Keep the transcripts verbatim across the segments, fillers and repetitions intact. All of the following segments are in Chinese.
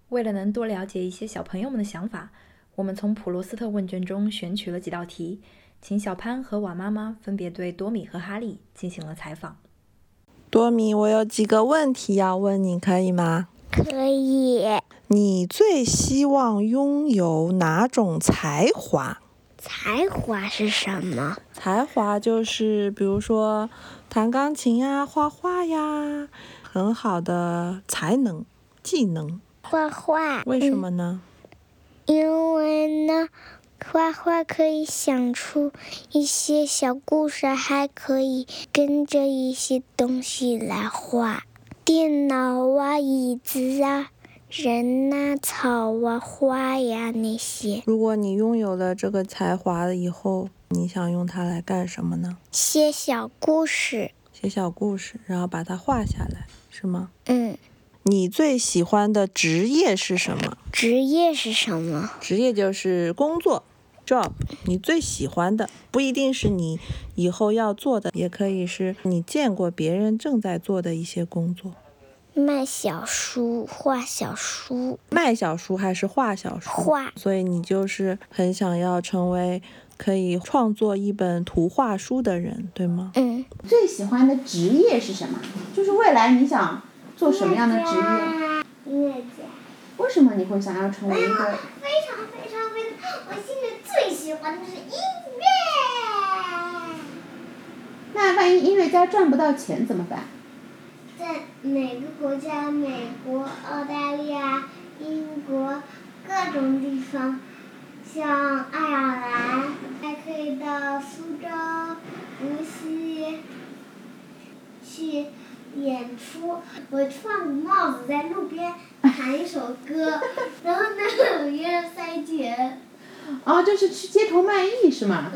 为了能多了解一些小朋友们的想法，我们从普罗斯特问卷中选取了几道题，请小潘和瓦妈妈分别对多米和哈利进行了采访。 多米，我有几个问题要问你，可以吗？ 可以。 你最希望拥有哪种才华？ 才华是什么？ 才华就是比如说弹钢琴呀、画画呀，很好的才能、技能。 画画。 为什么呢？ 嗯、因为呢，画画可以想出一些小故事，还可以跟着一些东西来画，电脑啊、椅子啊、人啊、草啊、花呀那些。 如果你拥有了这个才华以后，你想用它来干什么呢？ 写小故事。 写小故事，然后把它画下来，是吗？ 嗯。 你最喜欢的职业是什么？ 职业是什么？ 职业就是工作 job， 你最喜欢的不一定是你以后要做的，也可以是你见过别人正在做的一些工作。 卖小书，画小书。 卖小书还是画小书？ 画。 所以你就是很想要成为可以创作一本图画书的人，对吗？ 嗯。 最喜欢的职业是什么？就是未来你想做什么样的职业？ 音乐家。 为什么你会想要成为一个？ 非常非常非常，我现在最喜欢的是音乐。 那万一音乐家赚不到钱怎么办？ 在每个国家，美国、澳大利亚、英国各种地方，像爱尔兰，还可以到苏州、无锡去演出。我穿个帽子在路边弹一首歌，然后呢，有一个人塞钱。 哦，就是去街头卖艺是吗？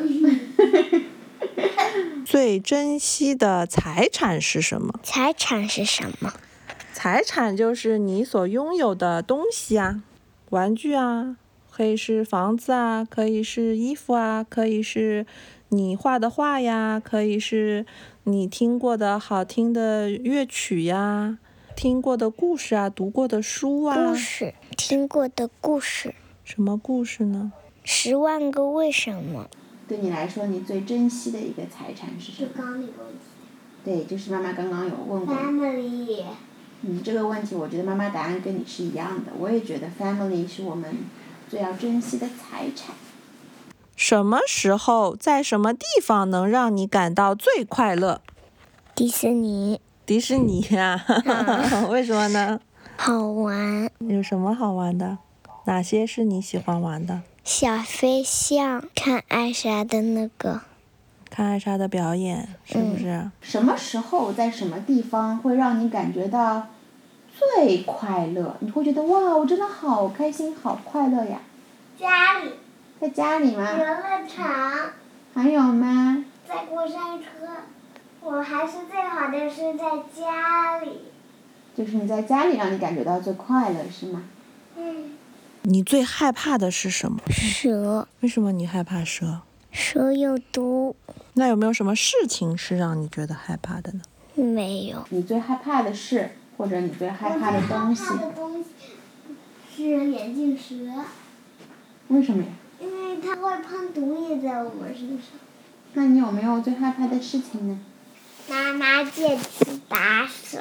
最珍惜的财产是什么？ 财产是什么？ 财产就是你所拥有的东西啊，玩具啊，可以是房子啊，可以是衣服啊，可以是你画的画呀，可以是你听过的好听的乐曲呀，听过的故事啊，读过的书啊。 故事，听过的故事。 什么故事呢？ 十万个为什么。 对你来说，你最珍惜的一个财产是什么？ 就刚那个问题。 对，就是妈妈刚刚有问过。 family。 嗯，这个问题我觉得妈妈答案跟你是一样的，我也觉得 family 是我们最要珍惜的财产。 什么时候在什么地方能让你感到最快乐？ 迪士尼。 迪士尼呀、啊？为什么呢？ 好玩。 有什么好玩的？哪些是你喜欢玩的？ 小飞象，看艾莎的那个。 看艾莎的表演，是不是？ 嗯、 什么时候在什么地方会让你感觉到最快乐？你会觉得哇，我真的好开心，好快乐呀！ 家里。 在家里吗？ 游乐场。 还有吗？ 在过山车。我还是最好的是在家里。 就是你在家里让你感觉到最快乐，是吗？ 嗯。 你最害怕的是什么？ 蛇。 为什么你害怕蛇？ 蛇有毒。 那有没有什么事情是让你觉得害怕的呢？ 没有。 你最害怕的事，或者你最害怕的东西？ 我最害怕的东西是眼镜蛇。 为什么呀？ 因为它会喷毒液在我们身上。 那你有没有最害怕的事情呢？ 妈妈借尺打手。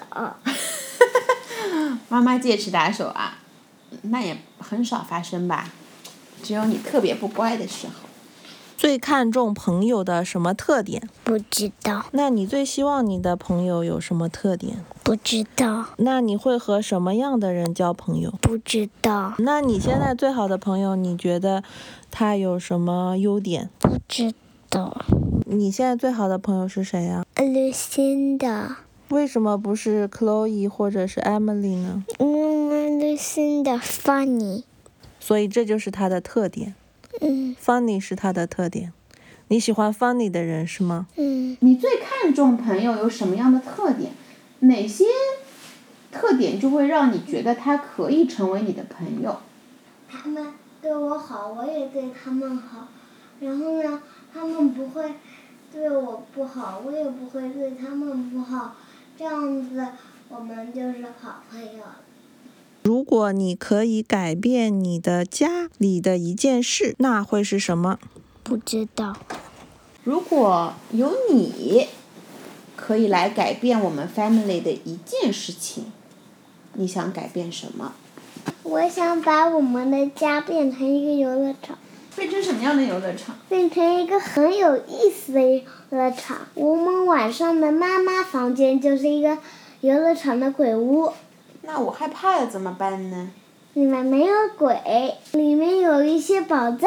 妈妈借尺打手啊，那也很少发生吧，只有你特别不乖的时候。 最看重朋友的什么特点？ 不知道。 那你最希望你的朋友有什么特点？ 不知道。 那你会和什么样的人交朋友？ 不知道。 那你现在最好的朋友，你觉得他有什么优点？ 不知道。 你现在最好的朋友是谁呀 ？Lucinda。 为什么不是 Chloe 或者是 Emily 呢？ 因为 Lucinda funny。 所以这就是他的特点。 嗯。 funny 是他的特点。你喜欢 funny 的人是吗？ 嗯。 你最看重朋友有什么样的特点？哪些特点就会让你觉得他可以成为你的朋友？ 他们对我好，我也对他们好。然后呢，他们不会对我不好，我也不会对他们不好。这样子，我们就是好朋友。 如果你可以改变你的家里的一件事，那会是什么？ 不知道。 如果有你可以来改变我们 family 的一件事情，你想改变什么？ 我想把我们的家变成一个游乐场。 变成什么样的游乐场？ 变成一个很有意思的游乐场。我们晚上的妈妈房间就是一个游乐场的鬼屋。 那我害怕了怎么办呢？ 里面没有鬼，里面有一些宝藏。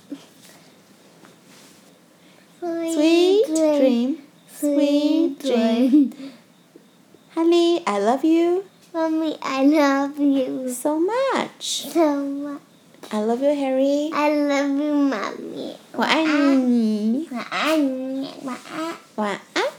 Sweet dream, sweet dream. Honey, I love you. Mommy, I love you so much. so much. I love you, Harry. I love you, Mommy. 我爱你。 我爱你，晚安。 晚安。